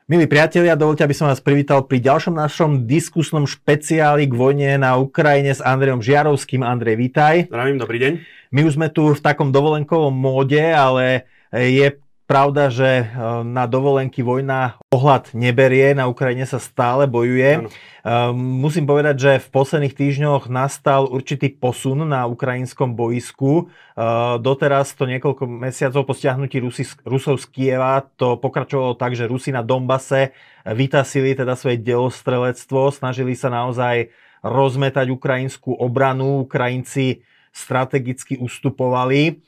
Milí priatelia, dovoľte, aby som vás privítal pri ďalšom našom diskusnom špeciáli k vojne na Ukrajine s Andrejom Žiarovským. Andrej, vítaj. Zdravím, dobrý deň. My už sme tu v takom dovolenkovom móde, ale je pravda, že na dovolenky vojna ohľad neberie, na Ukrajine sa stále bojuje. Ano. Musím povedať, že v posledných týždňoch nastal určitý posun na ukrajinskom boisku. Doteraz to niekoľko mesiacov po stiahnutí Rusov z Kieva to pokračovalo tak, že Rusi na Donbase vytasili teda svoje delostrelectvo, snažili sa naozaj rozmetať ukrajinskú obranu, Ukrajinci strategicky ustupovali.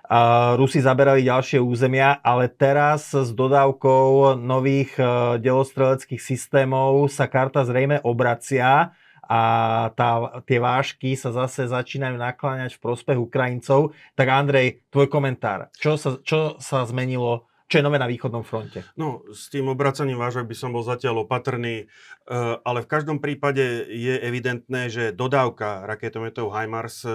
Rusi zaberali ďalšie územia, ale teraz s dodávkou nových delostreleckých systémov sa karta zrejme obracia a tie vážky sa zase začínajú nakláňať v prospech Ukrajincov. Tak Andrej, tvoj komentár. Čo sa zmenilo? Čo je nové na východnom fronte? No, s tým obracaním vážok by som bol zatiaľ opatrný, ale v každom prípade je evidentné, že dodávka raketometov HIMARS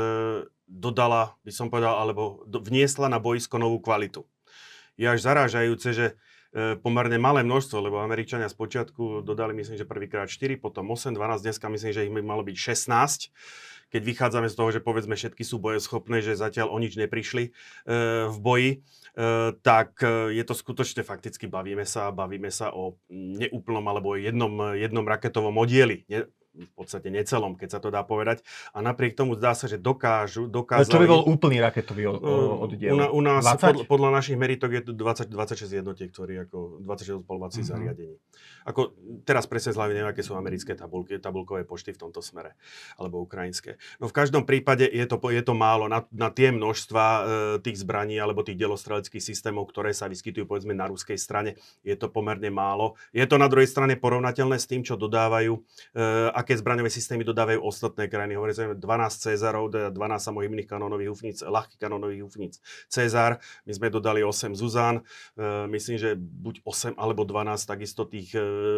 dodala, by som povedal, alebo vniesla na boisko novú kvalitu. Je až zarážajúce, že pomerne malé množstvo, lebo Američania spočiatku dodali, myslím, že prvýkrát 4, potom 8, 12, dneska myslím, že ich malo byť 16. Keď vychádzame z toho, že povedzme všetky sú bojeschopné, že zatiaľ o nič neprišli v boji, tak je to skutočne fakticky bavíme sa o neúplnom alebo jednom raketovom oddieli. V podstate necelom, keď sa to dá povedať. A napriek tomu zdá sa, že dokázali... Čo by bol úplný raketový oddiel? U nás podľa našich meritok je to 26 jednotiek, ktorý ako 26 odpaľovacích zariadení. Ako teraz presne z hlavy neviem, aké sú americké tabulkové počty v tomto smere, alebo ukrajinské. No v každom prípade je to málo na tie množstva tých zbraní alebo tých delostreleckých systémov, ktoré sa vyskytujú povedzme na ruskej strane. Je to pomerne málo. Je to na druhej strane porovnateľné s tým, čo dodávajú aké zbraňové systémy dodávajú ostatné krajiny. Hovorí sa 12 Cezarov, 12 samohybných kanónových hufníc, ľahkých kanónových hufníc Cezar. My sme dodali 8 Zuzan. Myslím, že buď 8 alebo 12 takisto tých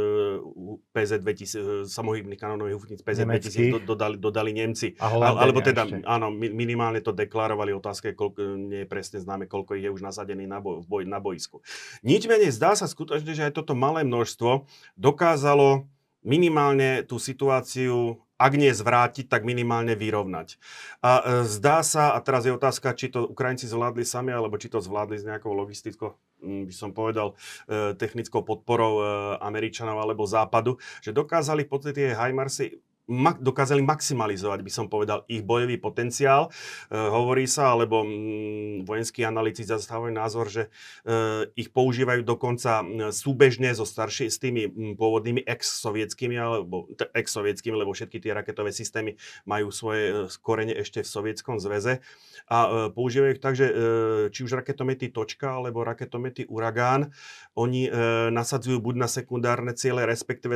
PZ-2000 samohybných kanónových hufníc PZ-2000 dodali Nemci. Alebo teda, áno, minimálne to deklarovali. Otázka, nie je presne známe, koľko ich je už nasadených na boisku. Nič menej zdá sa skutočne, že aj toto malé množstvo dokázalo minimálne tú situáciu, ak nie zvrátiť, tak minimálne vyrovnať. A zdá sa, a teraz je otázka, či to Ukrajinci zvládli sami, alebo či to zvládli s nejakou logistickou, by som povedal, technickou podporou Američanov alebo Západu, že dokázali v podstate tie HIMARSy dokázali maximalizovať, by som povedal, ich bojový potenciál. Hovorí sa, alebo vojenskí analytici zastávajú názor, že ich používajú dokonca súbežne s tými pôvodnými ex-sovietskými, lebo všetky tie raketové systémy majú svoje korene ešte v Sovietskom zväze. A používajú ich tak, že či už raketomety Točka, alebo raketomety Uragán, oni nasadzujú buď na sekundárne ciele, respektíve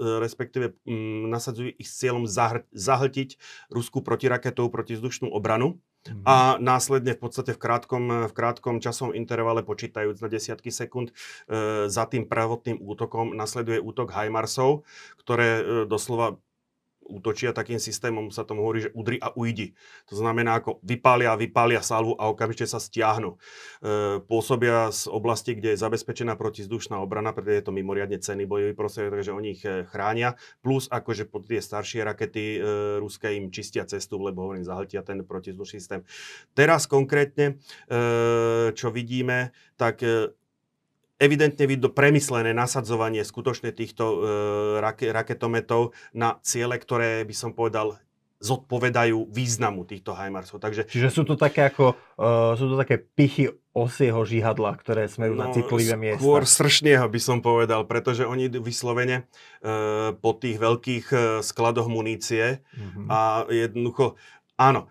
nasadzujú ich s cieľom zahltiť ruskú protiraketovú protivzdušnú obranu a následne v podstate v krátkom časovom intervale, počítajúc na desiatky sekúnd, za tým prvotným útokom nasleduje útok HIMARSov, ktoré doslova útočia takým systémom, sa tomu hovorí, že udri a ujdi. To znamená, ako vypália salvu a okamžite sa stiahnu. Pôsobia z oblasti, kde je zabezpečená protizdušná obrana, pretože je to mimoriadne cenný bojový prostriedok, takže oni ich chránia. Plus, akože pod tie staršie rakety ruské im čistia cestu, lebo hovorím, zahltia ten protizdušný systém. Teraz konkrétne, čo vidíme, tak evidentne vidno premyslené nasadzovanie skutočne týchto raketometov na ciele, ktoré by som povedal zodpovedajú významu týchto HIMARSov. Čiže sú to také pichy osieho žihadla, ktoré smerujú na citlivé miesta. Skôr sršného by som povedal, pretože oni vyslovene po tých veľkých skladoch munície a jednoducho, áno,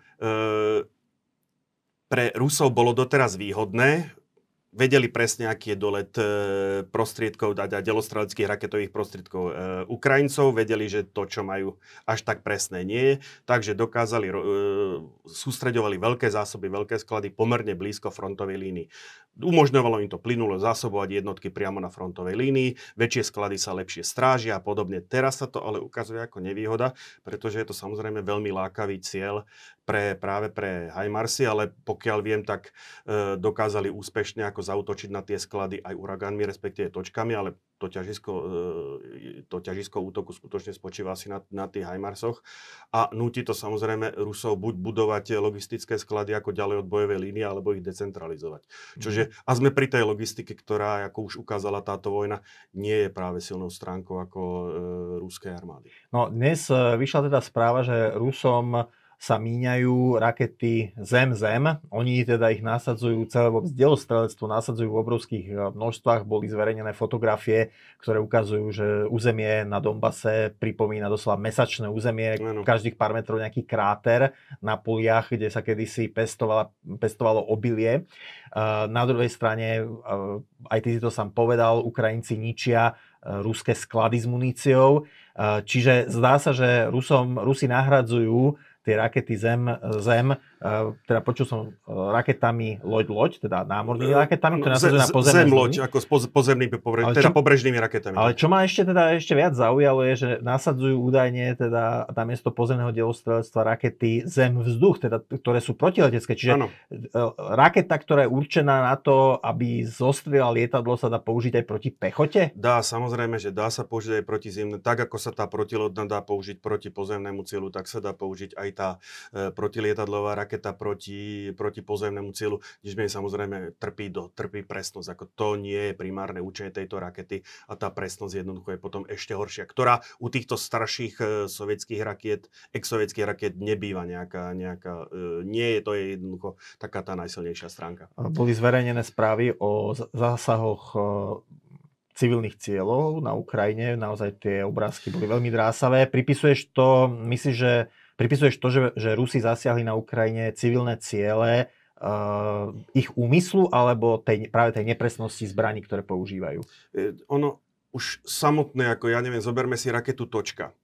pre Rusov bolo doteraz výhodné, vedeli presne, aký je dolet prostriedkov, delostreleckých raketových prostriedkov Ukrajincov, vedeli, že to, čo majú, až tak presné nie je, takže dokázali, sústreďovali veľké zásoby, veľké sklady pomerne blízko frontovej línii. Umožňovalo im to plynulo zásobovať jednotky priamo na frontovej línii, väčšie sklady sa lepšie strážia a podobne. Teraz sa to ale ukazuje ako nevýhoda, pretože je to samozrejme veľmi lákavý cieľ práve pre HIMARSy, ale pokiaľ viem, tak dokázali úspešne ako zaútočiť na tie sklady aj uragánmi, respektíve točkami, ale to ťažisko útoku skutočne spočíva asi na tých HIMARSoch a núti to samozrejme Rusov buď budovať logistické sklady ako ďalej od bojovej línie, alebo ich decentralizovať. Čože, a sme pri tej logistike, ktorá, ako už ukázala táto vojna, nie je práve silnou stránkou ako ruskej armády. No dnes vyšla teda správa, že Rusom sa míňajú rakety Zem-Zem. Oni teda ich nasadzujú, celé delostrelectvo nasadzujú v obrovských množstvách. Boli zverejnené fotografie, ktoré ukazujú, že územie na Donbase pripomína doslova mesačné územie. Každých pár metrov nejaký kráter na poliach, kde sa kedysi pestovalo obilie. Na druhej strane, aj ty si to sám povedal, Ukrajinci ničia ruské sklady s muníciou. Čiže zdá sa, že Rusi nahradzujú tie rakety Zem, teda počul som raketami loď, teda námornými raketami, ktoré nasadzujú na pozemné Zem-loď, ako s pozemnými, teda pobrežnými raketami. Ale čo ma ešte viac zaujalo je, že nasadzujú údajne teda namiesto pozemného delostrelectva rakety Zem-vzduch, teda, ktoré sú protiletecké. Čiže raketa, ktorá je určená na to, aby zostrelila lietadlo, sa dá použiť aj proti pechote? Dá, samozrejme, že dá sa použiť aj proti zimnému. Tak ako sa tá protilodná dá použiť proti pozemnému cieľu, tak sa dá použiť aj tá protilietadlová raketa proti pozemnému cieľu. Nižmenej samozrejme trpí presnosť. Ako to nie je primárne učenie tejto rakety a tá presnosť jednoducho je potom ešte horšia, ktorá u týchto starších sovietských rakiet, ex-sovietských rakiet nebýva nejaká nie je, to je jednoducho taká tá najsilnejšia stránka. Boli zverejnené správy o zásahoch civilných cieľov na Ukrajine. Naozaj tie obrázky boli veľmi drásavé. Pripisuješ to, že Rusi zasiahli na Ukrajine civilné ciele ich úmyslu alebo práve tej nepresnosti zbraní, ktoré používajú? Ono už samotné, ako ja neviem, zoberme si raketu Točka.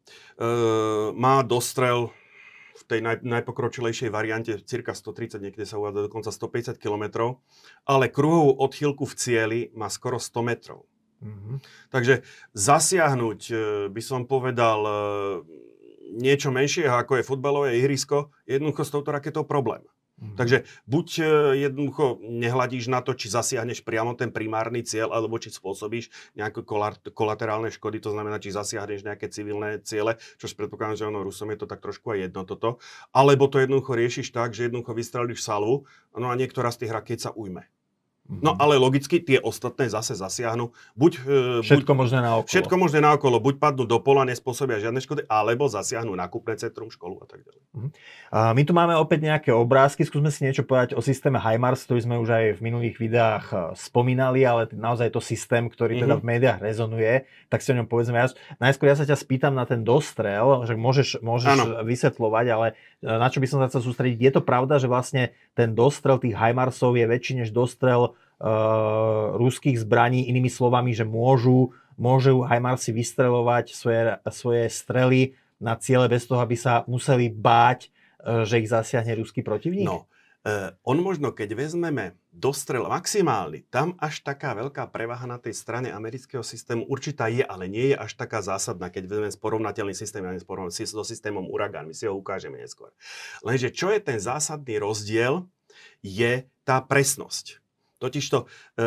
Má dostrel v tej najpokročilejšej variante cirka 130, niekde sa uvádza dokonca 150 km, ale kruhovú odchýlku v cieli má skoro 100 metrov. Takže zasiahnuť, by som povedal, niečo menšieho, ako je futbalové ihrisko, jednoducho s touto raketou problém. Takže buď jednoducho nehľadíš na to, či zasiahneš priamo ten primárny cieľ, alebo či spôsobíš nejaké kolaterálne škody, to znamená, či zasiahneš nejaké civilné ciele, čo predpokladám, že Rusom je to tak trošku aj jedno toto, alebo to jednoducho riešiš tak, že jednoducho vystrelíš salvu, no a niektorá z tých rakiet sa ujme. No ale logicky tie ostatné zase zasiahnu. Všetko možné naokolo. Všetko možné naokolo. Buď padnú do pola, nespôsobia žiadne škody, alebo zasiahnu nákupné centrum, školu a tak ďalej. My tu máme opäť nejaké obrázky. Skúsme si niečo povedať o systéme HIMARS, ktorý sme už aj v minulých videách spomínali, ale naozaj je to systém, ktorý teda v médiách rezonuje. Tak si o ňom povedzme viac. Najskôr ja sa ťa spýtam na ten dostrel, že môžeš vysvetľovať, ale na čo by som sa chcel sústrediť. Je to pravda, že vlastne ten dostrel tých HIMARSov je väčší než dostrel ruských zbraní, inými slovami, že môžu HIMARSy vystreľovať svoje strely na ciele bez toho, aby sa museli báť, že ich zasiahne ruský protivník? No, on možno, keď vezmeme dostrel maximálny, tam až taká veľká prevaha na tej strane amerického systému určitá je, ale nie je až taká zásadná, keď vezmeme porovnateľný systém so systémom Uragán. My si ho ukážeme neskôr. Lenže čo je ten zásadný rozdiel, je tá presnosť. Totižto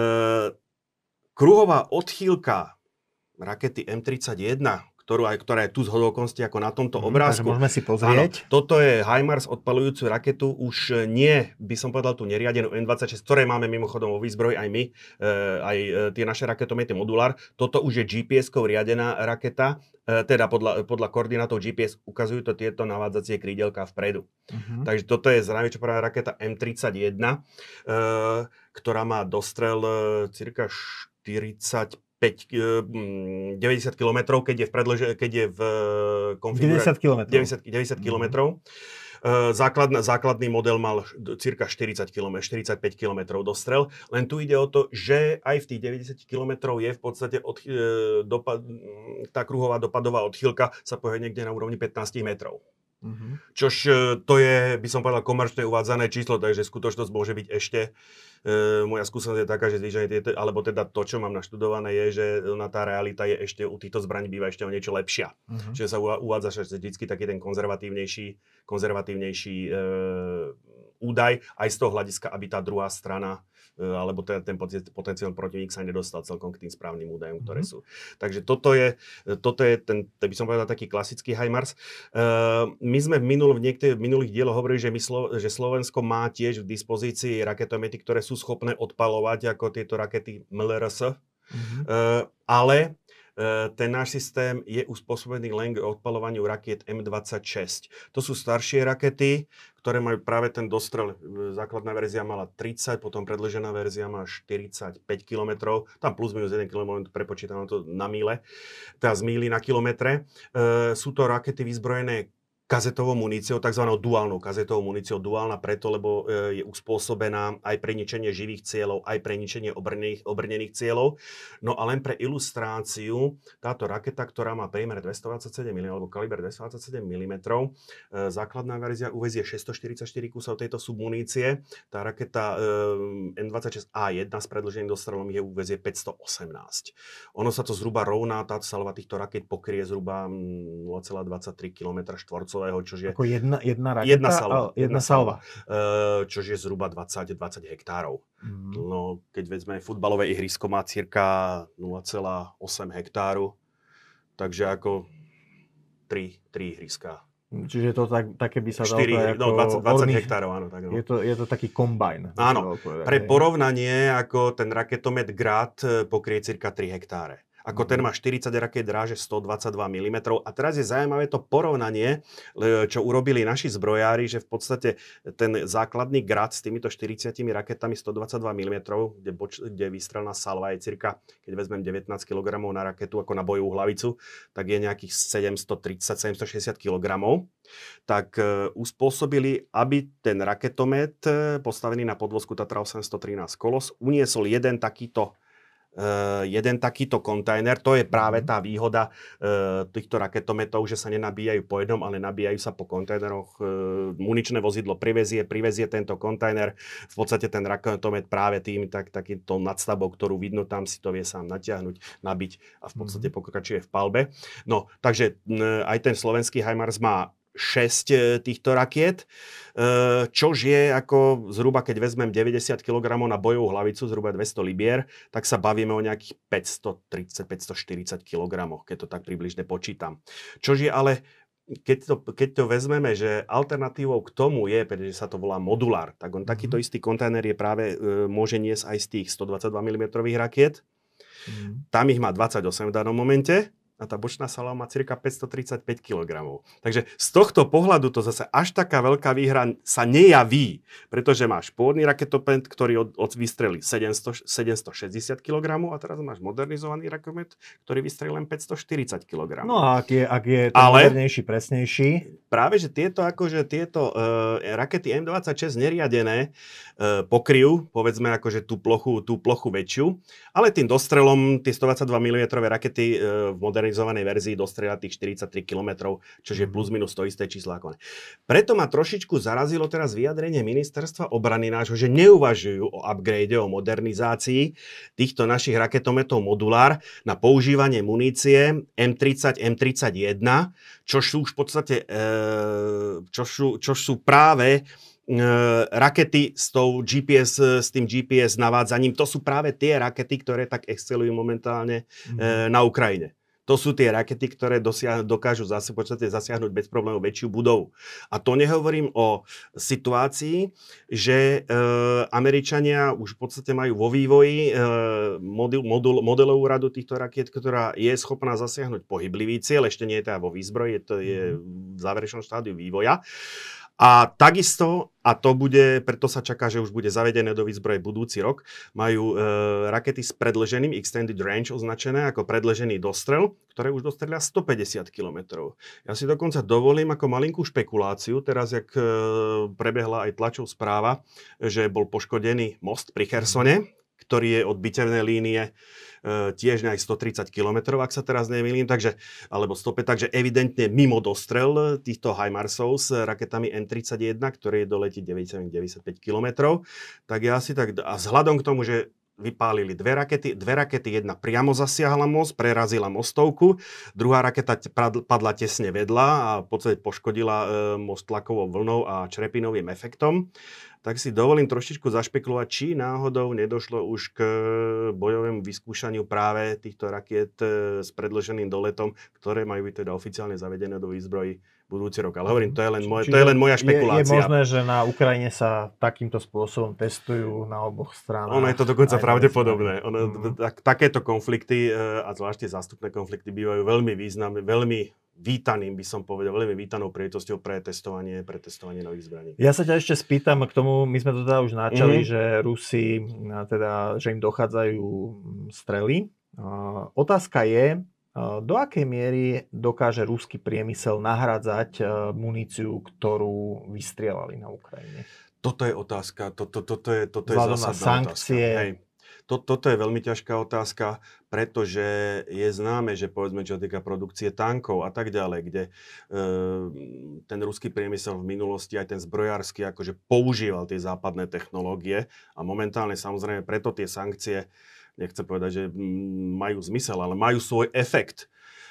kruhová odchýlka rakety M31, ktorá je tu z hodovokosti ako na tomto obrázku. Môžeme si pozrieť. Áno, toto je HIMARS odpaľujúcu raketu, už nie, by som povedal, tú neriadenú M26, ktoré máme mimochodom vo výzbroji aj my, aj tie naše raketomety Modulár. Toto už je GPS-kou riadená raketa, teda podľa koordinátov GPS ukazujú to tieto navádzacie krídelka vpredu. Takže toto je najväčšia prvá raketa M31, ktorá má dostrel cirka 90 km, keď je v konfigurácii 90 km. Základný model mal cirka 45 km dostrel. Len tu ide o to, že aj v tých 90 km je v podstate tá kruhová dopadová odchýlka sa pohybuje niekde na úrovni 15 metrov. Čož to je, by som povedal, komerčne uvádzané číslo, takže skutočnosť môže byť ešte, moja skúsenosť je taká, že alebo teda to, čo mám naštudované, je, že tá realita je ešte u týchto zbraní býva ešte o niečo lepšia. Čiže sa uvádza, že vždycky taký ten konzervatívnejší údaj aj z toho hľadiska, aby tá druhá strana alebo ten potenciálny protivník sa nedostal celkom k tým správnym údajom, ktoré sú. Takže toto je ten, by som povedal, taký klasický HIMARS. My sme v minulých dieloch hovorili, že Slovensko má tiež v dispozícii raketomety, ktoré sú schopné odpaľovať ako tieto rakety MLRS, ale ten náš systém je uspôsobený len k odpaľovaniu rakiet M26. To sú staršie rakety, ktoré majú práve ten dostrel. Základná verzia mala 30, potom predĺžená verzia má 45 km. Tam plus minus 1 km, prepočítam to na míle, teda z míly na kilometre. Sú to rakety vyzbrojené kazetovou muníciou, tzv. Duálnou kazetovou muníciou. Duálna preto, lebo je uspôsobená aj pre ničenie živých cieľov, aj pre ničenie obrnených cieľov. No a len pre ilustráciu, táto raketa, ktorá má priemer 227 mm, alebo kaliber 227 mm, základná verzia uvezie 644 kusov tejto submunície. Tá raketa M26A1 s predĺženým dostrelom je uvezie 518. Ono sa to zhruba rovná, táto salva týchto raket pokrie zhruba 0,23 km štvorcového. Čož je ako jedna raketa? Jedna salva. Čož je zhruba 20 hektárov. No, keď vezme futbalové ihrisko, má cirka 0,8 hektáru. Takže ako 3 ihriska. Čiže to také by sa dalo... 20 hektárov, áno. Tak, no. Je to taký kombajn. Áno. Pre porovnanie, ako ten raketomet Grad pokrie cirka 3 hektáre. Ako ten má 40 raket dráže 122 mm. A teraz je zaujímavé to porovnanie, čo urobili naši zbrojári, že v podstate ten základný Grad s týmito 40 raketami 122 mm, kde výstrelná salva je cirka, keď vezmem 19 kg na raketu, ako na bojovú hlavicu, tak je nejakých 730-760 kg. Tak uspôsobili, aby ten raketomet postavený na podvozku Tatra 813 Kolos uniesol jeden takýto kontajner. To je práve tá výhoda týchto raketometov, že sa nenabíjajú po jednom, ale nabíjajú sa po kontajneroch. Muničné vozidlo privezie tento kontajner. V podstate ten raketomet práve takýmto nadstavbou, ktorú vidno tam, si to vie sám natiahnuť, nabiť a v podstate pokračuje v palbe. No, takže aj ten slovenský HIMARS má 6 týchto rakiet, čož je ako zhruba, keď vezmem 90 kg na bojovú hlavicu, zhruba 200 libier, tak sa bavíme o nejakých 530-540 kg, keď to tak približne počítam. Čož je ale, keď to vezmeme, že alternatívou k tomu je, pretože sa to volá modulár, tak on takýto istý kontajner je práve, môže niesť aj z tých 122 mm rakiet. Tam ich má 28 v danom momente. A tá bočná salva má cirka 535 kg. Takže z tohto pohľadu to zase až taká veľká výhra sa nejaví, pretože máš pôvodný raketomet, ktorý vystrelí 760 kg a teraz máš modernizovaný raketomet, ktorý vystrelí len 540 kg. No a ak je to modernejší, presnejší? Práve, že tieto rakety M26 neriadené pokryjú, povedzme, akože tú plochu väčšiu, ale tým dostrelom tie 122 mm rakety v modernizovanej verzii dostrelia tých 43 km, čo je plus minus to isté číslo ako ne. Preto ma trošičku zarazilo teraz vyjadrenie ministerstva obrany nášho, že neuvažujú o upgrade, o modernizácii týchto našich raketometov modulár na používanie munície M30, M31, čo sú už v podstate čo sú práve rakety s tým GPS navádzaním. To sú práve tie rakety, ktoré tak excelujú momentálne na Ukrajine. To sú tie rakety, ktoré dokážu zasiahnuť bez problémov väčšiu budovu. A to nehovorím o situácii, že Američania už v podstate majú vo vývoji modelovú radu týchto rakiet, ktorá je schopná zasiahnuť pohyblivý cieľ. Ešte nie je teda vo výzbroji, to je v záverečnom štádiu vývoja. A takisto, a to bude, preto sa čaká, že už bude zavedené do výzbroje budúci rok, majú rakety s predĺženým Extended Range označené ako predĺžený dostrel, ktoré už dostrelia 150 km. Ja si dokonca dovolím ako malinkú špekuláciu, teraz jak prebehla aj tlačov správa, že bol poškodený most pri Chersone, ktorý je od bitevnej línie tiež nejak 130 km, ak sa teraz nemýlim, alebo 105, takže evidentne mimo dostrel týchto HIMARSov s raketami M31, ktoré doletí 95 km. Tak ja si tak, a vzhľadom k tomu, že vypálili dve rakety, jedna priamo zasiahla most, prerazila mostovku, druhá raketa padla tesne vedľa a v podstate poškodila most tlakovou vlnou a črepinovým efektom. Tak si dovolím trošičku zašpekulovať, či náhodou nedošlo už k bojovému vyskúšaniu práve týchto rakiet s predĺženým doletom, ktoré majú byť teda oficiálne zavedené do výzbrojí budúci rok. Ale hovorím, to je len moja špekulácia. Je možné, že na Ukrajine sa takýmto spôsobom testujú na oboch stranách. Ono je to dokonca pravdepodobné. Takéto konflikty, a zvlášť zástupné konflikty, bývajú veľmi významné, veľmi vítaným, by som povedal, veľmi vítanou príležitosťou pre testovanie nových zbraní. Ja sa ťa ešte spýtam k tomu, my sme to teda už načali, že Rusi, teda, že im dochádzajú strely. Otázka je, do akej miery dokáže ruský priemysel nahradzať muníciu, ktorú vystrieľali na Ukrajine? Toto je otázka, toto je zásadná sankcie. Otázka. Hej. Toto je veľmi ťažká otázka, pretože je známe, že povedzme, čo týka produkcie tankov a tak ďalej, kde ten ruský priemysel v minulosti, aj ten zbrojársky, akože používal tie západné technológie a momentálne samozrejme preto tie sankcie, nechcem povedať, že majú zmysel, ale majú svoj efekt.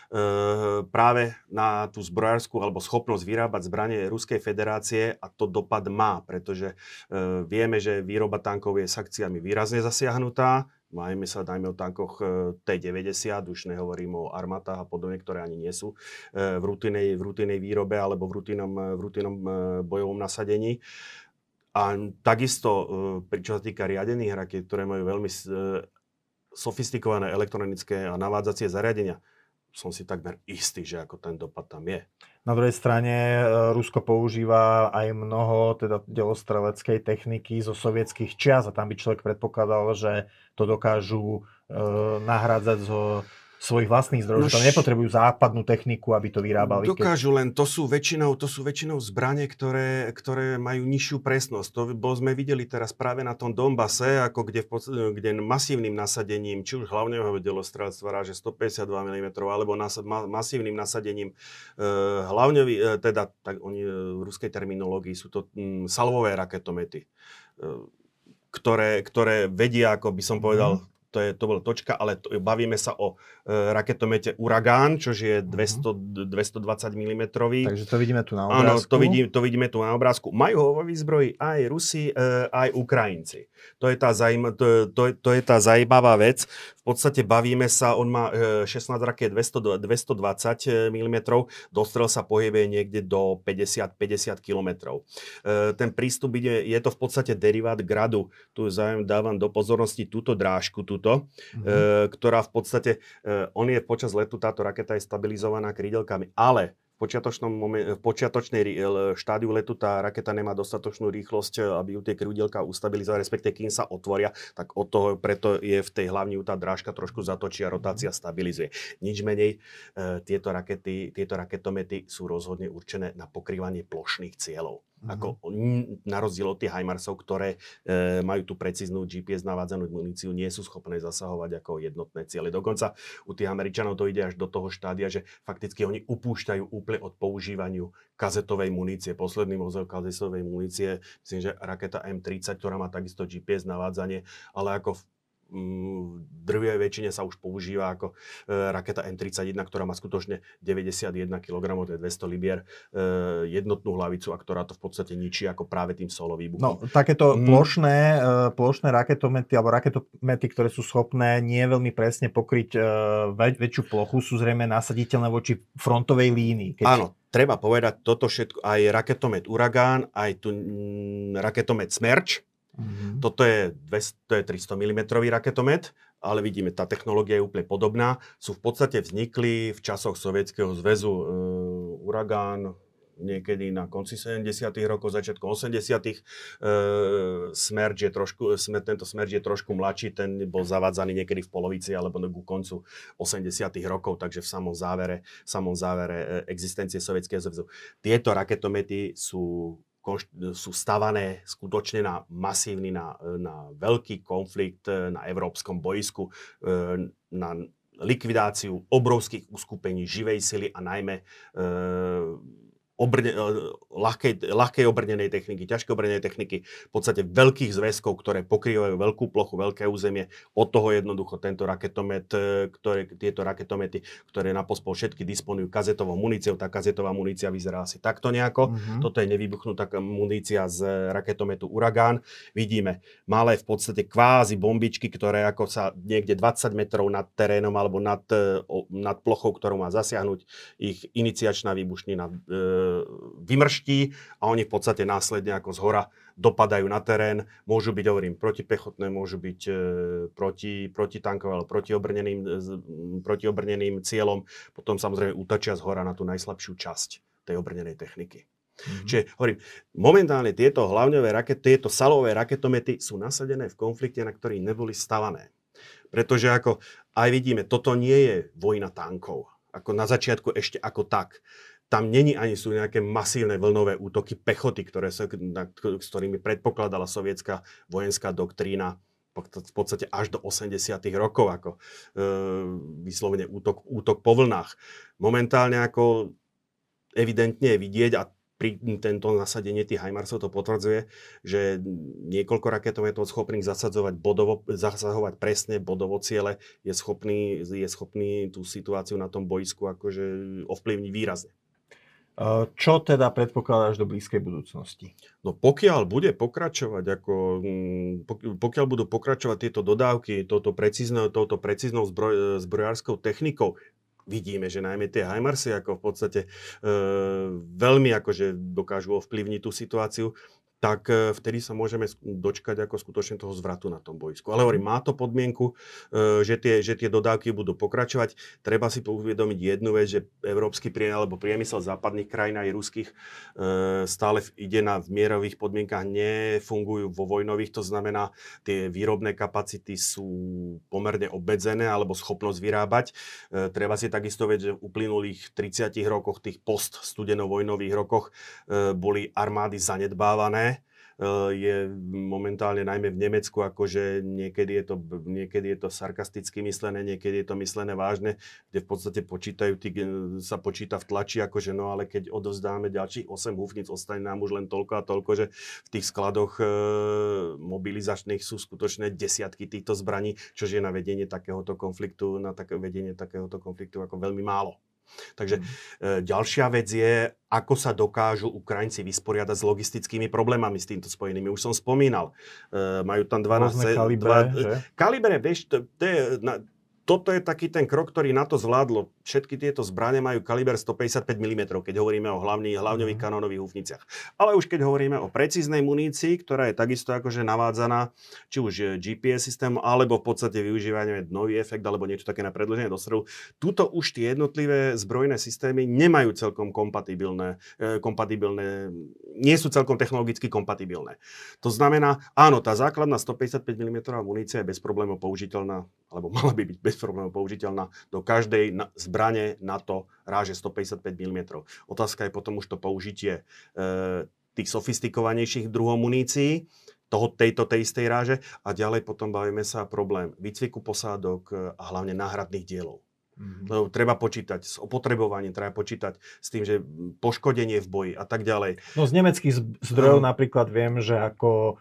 Práve na tú zbrojárskú alebo schopnosť vyrábať zbranie Ruskej federácie a to dopad má, pretože vieme, že výroba tankov je sankciami výrazne zasiahnutá. Majme sa, dajme o tankoch T-90, už nehovorím o armatách a podobne, ktoré ani nie sú v rutinnej výrobe alebo v rutinnom bojovom nasadení. A takisto, čo sa týka riadených rakiet, ktoré majú veľmi sofistikované elektronické a navádzacie zariadenia, som si takmer istý, že ako ten dopad tam je. Na druhej strane Rusko používa aj mnoho teda delostreleckej techniky zo sovietských čias a tam by človek predpokladal, že to dokážu nahrádzať zo svojich vlastných zdrojov, že tam nepotrebujú západnú techniku, aby to vyrábali. Dokážu, len to sú väčšinou zbranie, ktoré majú nižšiu presnosť. To sme videli teraz práve na tom Donbase, ako kde masívnym nasadením, či už hlavného delostrelectva ráže 152 mm, alebo masívnym nasadením oni v ruskej terminológii sú to salvové raketomety, ktoré vedia, ako by som povedal, to bola točka, ale bavíme sa o raketomete Uragán, čo je 220 mm. Takže to vidíme tu na obrázku. Áno, to vidíme tu na obrázku. Majú ho vo výzbroji aj Rusi, aj Ukrajinci. To je tá zajímavá vec. V podstate bavíme sa, on má 16 rakiet 220 mm, dostrel sa pohybuje niekde do 50 km. Ten prístup je to v podstate derivát Gradu. Tu dávam do pozornosti túto drážku, ktorá v podstate, počas letu táto raketa je stabilizovaná krídelkami, ale v počiatočnej štádiu letu tá raketa nemá dostatočnú rýchlosť, aby ju tie krúdielka ustabilizovali, respektive kým sa otvoria, tak od toho preto je v tej hlavni tá drážka trošku zatočí a rotácia stabilizuje. Nič menej, tieto raketomety sú rozhodne určené na pokrývanie plošných cieľov. Ako na rozdiel od tých HIMARSov, ktoré majú tú precíznu GPS navádzanú muníciu, nie sú schopné zasahovať ako jednotné ciele. Dokonca u tých Američanov to ide až do toho štádia, že fakticky oni upúšťajú úplne od používaniu kazetovej munície. Posledný model kazetovej munície, myslím, že raketa M30, ktorá má takisto GPS navádzanie, ale ako v drvivej väčšine sa už používa ako raketa M31, ktorá má skutočne 91 kg, to je 200 libier, jednotnú hlavicu a ktorá to v podstate ničí ako práve tým solo výbuchom. No, takéto plošné raketomety alebo raketomety, ktoré sú schopné nie veľmi presne pokryť väčšiu plochu, sú zrejme nasaditeľné voči frontovej línii. Áno, treba povedať toto všetko, aj raketomet Uragán, aj tu raketomet Smerč. Toto je 300 mm raketomet, ale vidíme, tá technológia je úplne podobná. Sú v podstate vznikli v časoch Sovietskeho zväzu. Uragán niekedy na konci 70. rokov, začiatku 80. Tento Smerč je trošku mladší, ten bol zavádzaný niekedy v polovici alebo ku koncu 80. rokov, takže v samom závere existencie Sovietskeho zväzu. Tieto raketomety sú stavané skutočne na masívny, na veľký konflikt na európskom bojisku, na likvidáciu obrovských uskupení živej sily a najmä ľahkej obrnenej techniky, ťažkej obrnenej techniky, v podstate veľkých zväzkov, ktoré pokrývajú veľkú plochu, veľké územie. Od toho jednoducho tieto raketomety, ktoré na pospol všetky disponujú kazetovou muníciou. Tá kazetová munícia vyzerá asi takto nejako. Toto je nevybuchnutá munícia z raketometu Uragán. Vidíme malé v podstate kvázi bombičky, ktoré ako sa niekde 20 metrov nad terénom alebo nad plochou, ktorú má zasiahnuť, ich iniciačná výbušnina vymrští a oni v podstate následne ako zhora dopadajú na terén. Môžu byť, hovorím, protipechotné, môžu byť protitankové, ale protiobrneným cieľom. Potom samozrejme útočia zhora na tú najslabšiu časť tej obrnenej techniky. Čiže hovorím, momentálne tieto salové raketomety sú nasadené v konflikte, na ktorý neboli stavané. Pretože ako aj vidíme, toto nie je vojna tankov. Ako na začiatku ešte ako tak. Tam sú nejaké masívne vlnové útoky pechoty, s ktorými predpokladala sovietská vojenská doktrína v podstate až do 80. rokov, ako vyslovene útok po vlnách. Momentálne ako evidentne je vidieť, a pri tento nasadenie tých HIMARSov to potvrdzuje, že niekoľko raketometov schopných zasahovať presne bodovo ciele je schopný tú situáciu na tom boisku akože ovplyvniť výrazne. Čo teda predpokladáš do blízkej budúcnosti? No pokiaľ budú pokračovať tieto dodávky touto precíznou zbrojárskou technikou, vidíme, že najmä tie HIMARSy ako v podstate veľmi akože dokážu ovplyvniť tú situáciu, tak vtedy sa môžeme dočkať ako skutočne toho zvratu na tom boisku. Ale hovorím, má to podmienku, že tie dodávky budú pokračovať. Treba si uvedomiť jednu vec, že európsky priemysel západných krajín aj ruských stále ide v mierových podmienkach, nefungujú vo vojnových. To znamená, tie výrobné kapacity sú pomerne obmedzené alebo schopnosť vyrábať. Treba si takisto vedieť, že v uplynulých 30 rokoch, tých post-studenovojnových rokoch, boli armády zanedbávané. Je momentálne najmä v Nemecku, akože niekedy je to sarkasticky myslené, niekedy je to myslené vážne, kde v podstate sa počíta v tlači, akože no ale keď odovzdáme ďalších 8 húfnic, ostane nám už len toľko a toľko, že v tých skladoch mobilizačných sú skutočné desiatky týchto zbraní, čože je na vedenie takéhoto konfliktu ako veľmi málo. Takže ďalšia vec je, ako sa dokážu Ukrajinci vysporiadať s logistickými problémami s týmto spojenými. Už som spomínal, majú tam 12 kalibre, vieš, toto je taký ten krok, ktorý na to zvládlo. Všetky tieto zbrane majú kaliber 155 mm, keď hovoríme o hlavňových kanónových húfniciach. Ale už keď hovoríme o precíznej munícii, ktorá je takisto akože navádzaná, či už GPS systém, alebo v podstate využívanie nový efekt, alebo niečo také na predĺženie dostrelu, tuto už tie jednotlivé zbrojné systémy nemajú celkom kompatibilné, nie sú celkom technologicky kompatibilné. To znamená, áno, tá základná 155 mm munícia je bez problémov použiteľná, alebo mala by byť bez problémov použiteľná do každej zbrane NATO ráže 155 mm. Otázka je potom už to použitie tých sofistikovanejších druhov munícií, tej istej ráže, a ďalej potom bavíme sa problém výcviku posádok a hlavne náhradných dielov. Lebo treba počítať s opotrebovaním, treba počítať s tým, že poškodenie v boji a tak ďalej. No z nemeckých zdrojov napríklad viem, že ako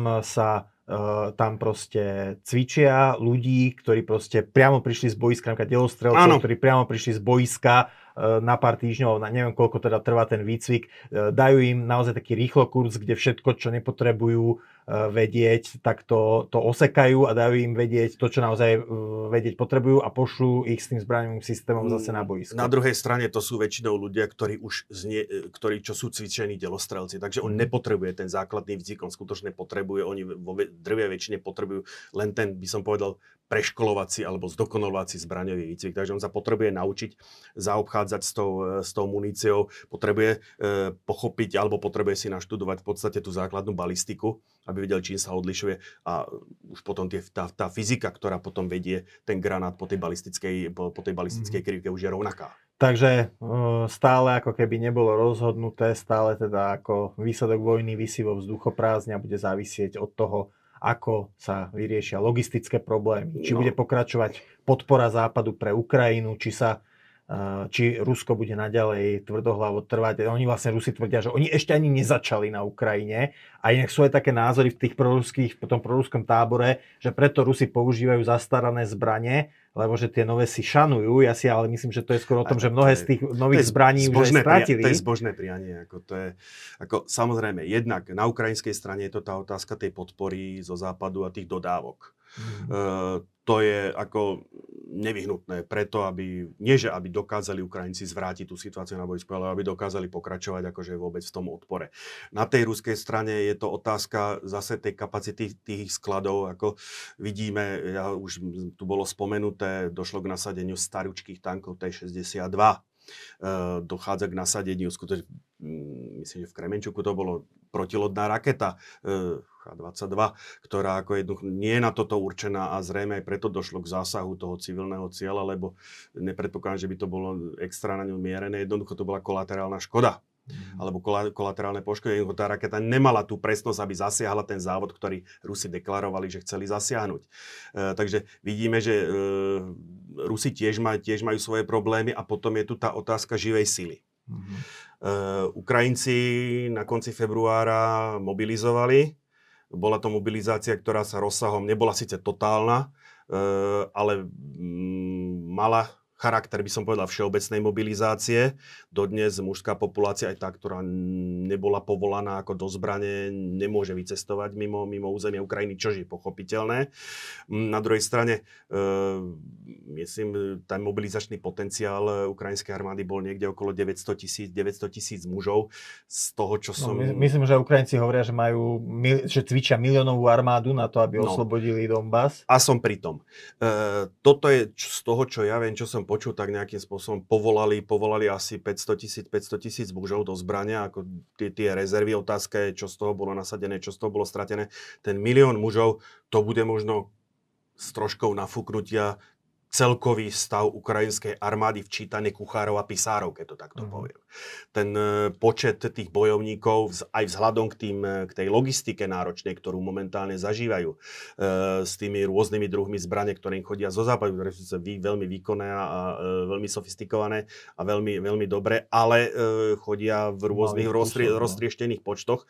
tam proste cvičia ľudí, ktorí proste priamo prišli z boiska, napríklad delostrelcov, ktorí priamo prišli z boiska na pár týždňov, neviem koľko teda trvá ten výcvik, dajú im naozaj taký rýchlo kurz, kde všetko, čo nepotrebujú vedieť, tak to osekajú a dajú im vedieť to, čo naozaj vedieť potrebujú, a pošlú ich s tým zbraňovým systémom zase na boisko. Na druhej strane to sú väčšinou ľudia, ktorí čo sú cvičení delostrelci, takže on nepotrebuje ten základný výcvik, on skutočne potrebuje, oni vo drvivej väčšine potrebujú len ten, by som povedal, preškolovací alebo zdokonalovací zbraňový výcvik, takže on sa potrebuje naučiť zaobchádzať s tou muníciou, potrebuje pochopiť alebo potrebuje si naštudovať v podstate tú základnú balistiku, aby vedel, čím sa odlišuje, a už potom tá fyzika, ktorá potom vedie ten granát po tej balistickej krivke, už je rovnaká. Takže stále ako keby nebolo rozhodnuté, stále teda ako výsledok vojny visí vo vzduchoprázdne a bude závisieť od toho, ako sa vyriešia logistické problémy. Či bude pokračovať podpora Západu pre Ukrajinu, či sa či Rusko bude naďalej tvrdohlavo trvať. Oni vlastne Rusi tvrdia, že oni ešte ani nezačali na Ukrajine a inak sú aj také názory v tom proruskom tábore, že preto Rusi používajú zastarané zbrane, lebo že tie nové si šanujú. Ja si ale myslím, že to je skoro o tom, že mnohé z tých nových zbraní už aj strátili. To je zbožné prianie. Samozrejme, jednak na ukrajinskej strane je to tá otázka tej podpory zo západu a tých dodávok. To je ako nevyhnutné preto, aby dokázali Ukrajinci zvrátiť tú situáciu na boisku, ale aby dokázali pokračovať akože vôbec v tom odpore. Na tej ruskej strane je to otázka zase tej kapacity tých skladov, ako vidíme, už tu bolo spomenuté, došlo k nasadeniu staručkých tankov T-62. Dochádza k nasadeniu, skutočne, myslím, že v Kremenčuku to bolo protilodná raketa H-22, ktorá ako jednoducho nie je na toto určená a zrejme aj preto došlo k zásahu toho civilného cieľa, lebo nepredpokladám, že by to bolo extra na ňu mierené, jednoducho to bola kolaterálna škoda. Alebo kolaterálne poškodenie. Tá raketa nemala tú presnosť, aby zasiahla ten závod, ktorý Rusi deklarovali, že chceli zasiahnuť. Takže vidíme, že Rusi tiež majú svoje problémy a potom je tu tá otázka živej sily. Ukrajinci na konci februára mobilizovali. Bola to mobilizácia, ktorá sa rozsahom nebola síce totálna, ale mala charakter, by som povedal, všeobecnej mobilizácie. Dodnes mužská populácia, aj tá, ktorá nebola povolaná ako do zbrane, nemôže vycestovať mimo územia Ukrajiny, čo je pochopiteľné. Na druhej strane, myslím, ten mobilizačný potenciál ukrajinskej armády bol niekde okolo 900 000 mužov. Z toho, čo som... Myslím, že Ukrajinci hovoria, že cvičia miliónovú armádu na to, aby oslobodili Donbas. A som pri tom. Toto je z toho, čo ja viem, čo som počul, tak nejakým spôsobom povolali asi 500 000 mužov do zbrania, ako tie rezervy. Otázka je, čo z toho bolo nasadené, čo z toho bolo stratené. Ten 1 000 000 mužov, to bude možno s troškou nafúknutia celkový stav ukrajinskej armády včítané kuchárov a pisárov, keď to takto poviem. Ten počet tých bojovníkov aj vzhľadom k tej logistike náročnej, ktorú momentálne zažívajú, s tými rôznymi druhmi zbrane, ktoré im chodia zo západu, ktoré sú veľmi výkonné a veľmi sofistikované a veľmi, veľmi dobré, ale chodia v rôznych roztrieštených počtoch.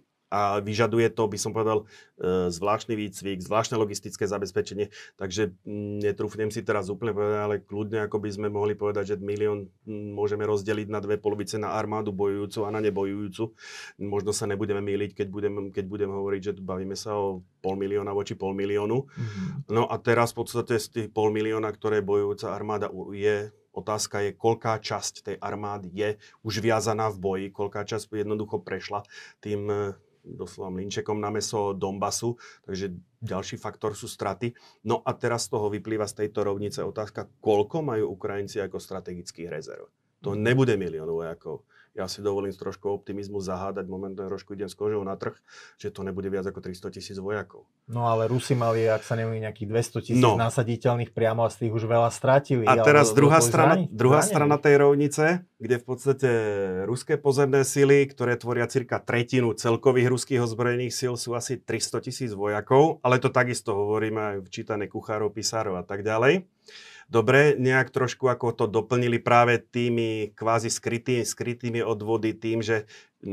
A vyžaduje to, by som povedal, zvláštny výcvik, zvláštne logistické zabezpečenie. Takže netrúfnem si teraz úplne povedať, ale kľudne ako by sme mohli povedať, že 1 000 000 môžeme rozdeliť na dve polovice, na armádu bojujúcu a na nebojujúcu. Možno sa nebudeme mýliť, keď budem hovoriť, že bavíme sa o 500 000 voči 500 000. No a teraz v podstate z tých 500 000, ktoré bojujúca armáda je, otázka je, koľká časť tej armády je už viazaná v boji, koľká časť jednoducho prešla tým doslova mlynčekom na mäso Donbasu, takže ďalší faktor sú straty. No a teraz z toho vyplýva z tejto rovnice otázka, koľko majú Ukrajinci ako strategických rezerv. To nebude 1 000 000 vojakov. Ja si dovolím s troškou optimizmu zahádať, momentálne trošku idem s kožou na trh, že to nebude viac ako 300 000 vojakov. No ale Rusi mali, ak sa nemýlim, nejakých 200 000 nasaditeľných priamo a z tých už veľa strátili. A teraz druhá strana tej rovnice, kde v podstate ruské pozemné sily, ktoré tvoria cirka tretinu celkových ruských ozbrojených síl, sú asi 300 000 vojakov, ale to takisto hovoríme aj včítané kuchárov, pisárov a tak ďalej. Dobre, nejak trošku ako to doplnili práve tými kvázi skrytými odvody tým, že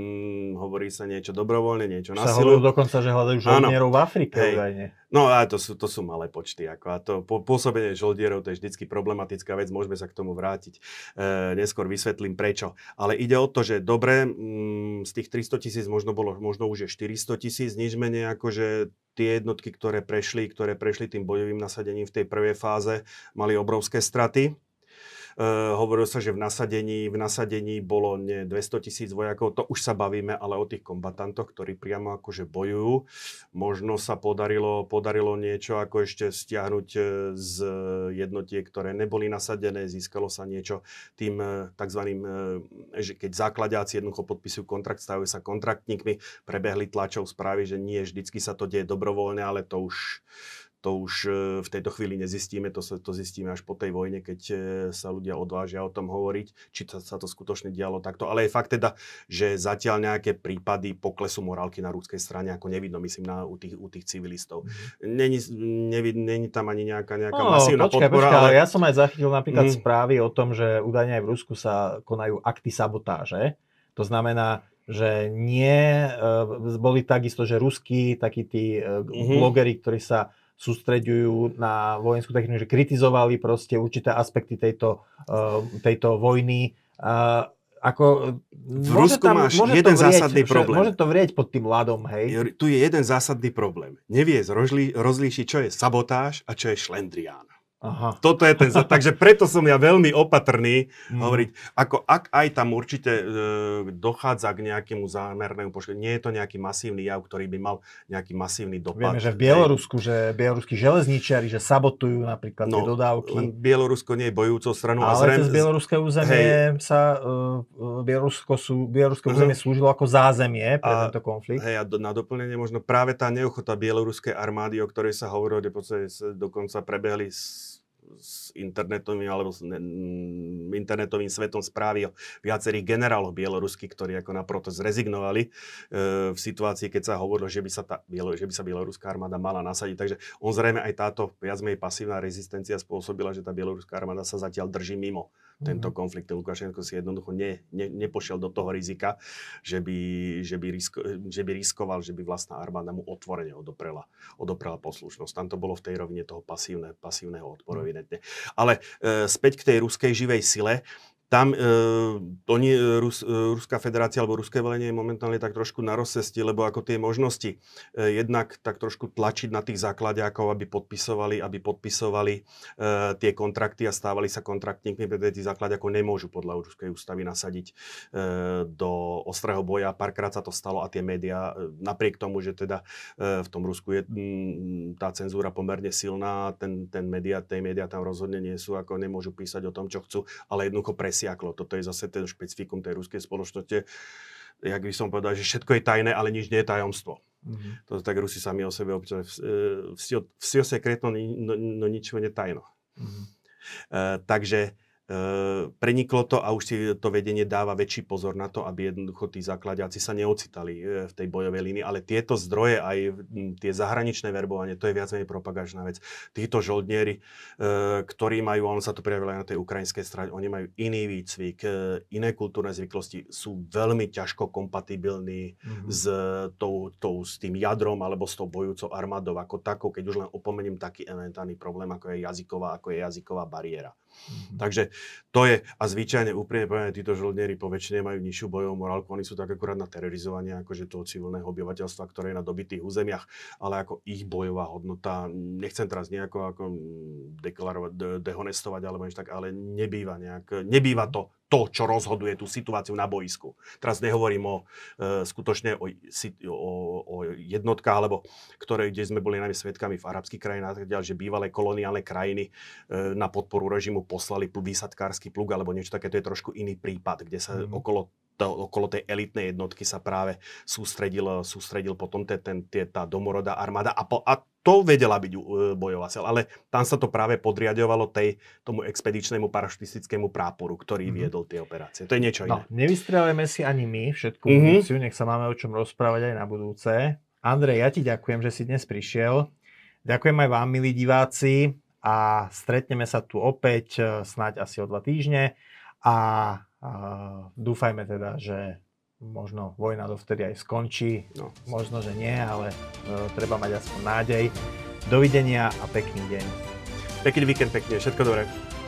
hovorí sa niečo dobrovoľne, niečo na silu. Sa hovorí dokonca, že hľadajú žoldnierov v Afrike. No a to sú malé počty. A to pôsobenie žoldierov to je vždycky problematická vec, môžeme sa k tomu vrátiť. Neskôr vysvetlím prečo. Ale ide o to, že dobre, z tých 300 000 možno už je 400 000, nič menej ako, že tie jednotky, ktoré prešli tým bojovým nasadením v tej prvej fáze, mali obrovské straty. Hovorilo sa, že v nasadení bolo 200 000 vojakov, to už sa bavíme, ale o tých kombatantoch, ktorí priamo akože bojujú. Možno sa podarilo niečo ako ešte stiahnuť z jednotiek, ktoré neboli nasadené, získalo sa niečo tým takzvaným, že keď základiaci jednoducho podpisujú kontrakt, stávajú sa kontraktníkmi, prebehli tlačov správy, že nie vždycky sa to deje dobrovoľne, ale to to už v tejto chvíli nezistíme, to zistíme až po tej vojne, keď sa ľudia odvážia o tom hovoriť, či sa to skutočne dialo takto. Ale je fakt teda, že zatiaľ nejaké prípady poklesu morálky na ruskej strane ako nevidno, myslím, u tých civilistov. Není tam ani nejaká masívna podpora. Ale ja som aj zachytil napríklad správy o tom, že údajne aj v Rusku sa konajú akty sabotáže. To znamená, že boli takisto, že ruskí takí tí blogeri, ktorí sa sústreďujú na vojenskú techniku, že kritizovali proste určité aspekty tejto vojny. V Rusku máš jeden zásadný problém. Môže to vrieť pod tým ľadom, hej? Tu je jeden zásadný problém. Nevie rozlíšiť, čo je sabotáž a čo je šlendrián. Aha. Toto je takže preto som ja veľmi opatrný hovoriť, ak aj tam určite dochádza k nejakému zámernému poškodeniu, nie je to nejaký masívny jav, ktorý by mal nejaký masívny dopad. Vieme, že v Bielorusku, že bieloruskí železničiari, že sabotujú napríklad tie dodávky. Len Bielorusko nie je bojujúcou stranou. Ale cez bieloruské územie bieloruské územie slúžilo ako zázemie pre tento konflikt. A na doplnenie možno práve tá neochota bieloruskej armády, o ktorej sa hovorilo, kde dokonca prebehli s internetovým alebo s internetovým svetom správy o viacerých generáloch bieloruských, ktorí ako na protest rezignovali v situácii, keď sa hovorilo, že by sa bieloruská armáda mala nasadiť. Takže on zrejme aj táto viac menej pasívna rezistencia spôsobila, že tá bieloruská armáda sa zatiaľ drží mimo tento konflikt. Lukašenko si jednoducho nepošiel do toho rizika, že by riskoval, že by vlastná armáda mu otvorene odoprela poslušnosť. Tam to bolo v tej rovine toho pasívneho odporu evidentne. Ale späť k tej ruskej živej sile. Tam Ruská federácia alebo ruské velenie je momentálne tak trošku na rozcestí, lebo ako tie možnosti jednak tak trošku tlačiť na tých základiakov, aby podpisovali tie kontrakty a stávali sa kontraktníkmi, pretože tí základiakov nemôžu podľa ruskej ústavy nasadiť do ostrého boja. Párkrát sa to stalo a tie médiá, napriek tomu, že teda v tom Rusku je tá cenzúra pomerne silná, tej médiá tam rozhodne nie sú, ako nemôžu písať o tom, čo chcú, ale jednoducho presiaklo. Toto je zase ten špecifikum tej ruskej spoločnosti. Jak by som povedal, že všetko je tajné, ale nič nie je tajomstvo. To tak Rusi sami o sebe občas. Все секретно, no ničo netajno. Takže preniklo to a už si to vedenie dáva väčší pozor na to, aby jednoducho tí základiaci sa neocitali v tej bojovej línii, ale tieto zdroje, aj tie zahraničné verbovanie, to je viac menej propagačná vec. Títo žoldnieri, ktorí majú, on sa to prejavilo aj na tej ukrajinskej strane, oni majú iný výcvik, iné kultúrne zvyklosti, sú veľmi ťažko kompatibilní s tým jadrom alebo s tou bojúcou armádou ako takou, keď už len opomeniem taký elementárny problém, ako je jazyková bariéra. Takže to je, a zvyčajne úprimne povedané, títo žoldnieri po väčšine majú nižšiu bojovú morálku, oni sú tak akurát na terorizovanie akože toho civilného obyvateľstva, ktoré je na dobitých územiach, ale ako ich bojová hodnota, nechcem teraz nejako ako deklarovať, dehonestovať alebo niečo tak, ale nebýva to, čo rozhoduje tú situáciu na boisku. Teraz nehovorím skutočne o jednotkách, alebo kde sme boli najmä svedkami v arabských krajinách, že bývalé koloniálne krajiny na podporu režimu poslali výsadkársky plug alebo niečo také. To je trošku iný prípad, kde sa okolo tej elitnej jednotky sa práve sústredil potom tá domorodá armáda a to vedela byť bojová sila, ale tam sa to práve podriadovalo tomu expedičnému parašutistickému práporu, ktorý viedol tie operácie. To je niečo iné. Nevystrelujeme si ani my všetku muníciu, nech sa máme o čom rozprávať aj na budúce. Andrej, ja ti ďakujem, že si dnes prišiel. Ďakujem aj vám, milí diváci, a stretneme sa tu opäť snáď asi o 2 týždne a dúfajme teda, že možno vojna dovtedy aj skončí. Možno, že nie, ale treba mať aspoň nádej. Dovidenia a pekný deň. Pekný víkend, pekne. Všetko dobré.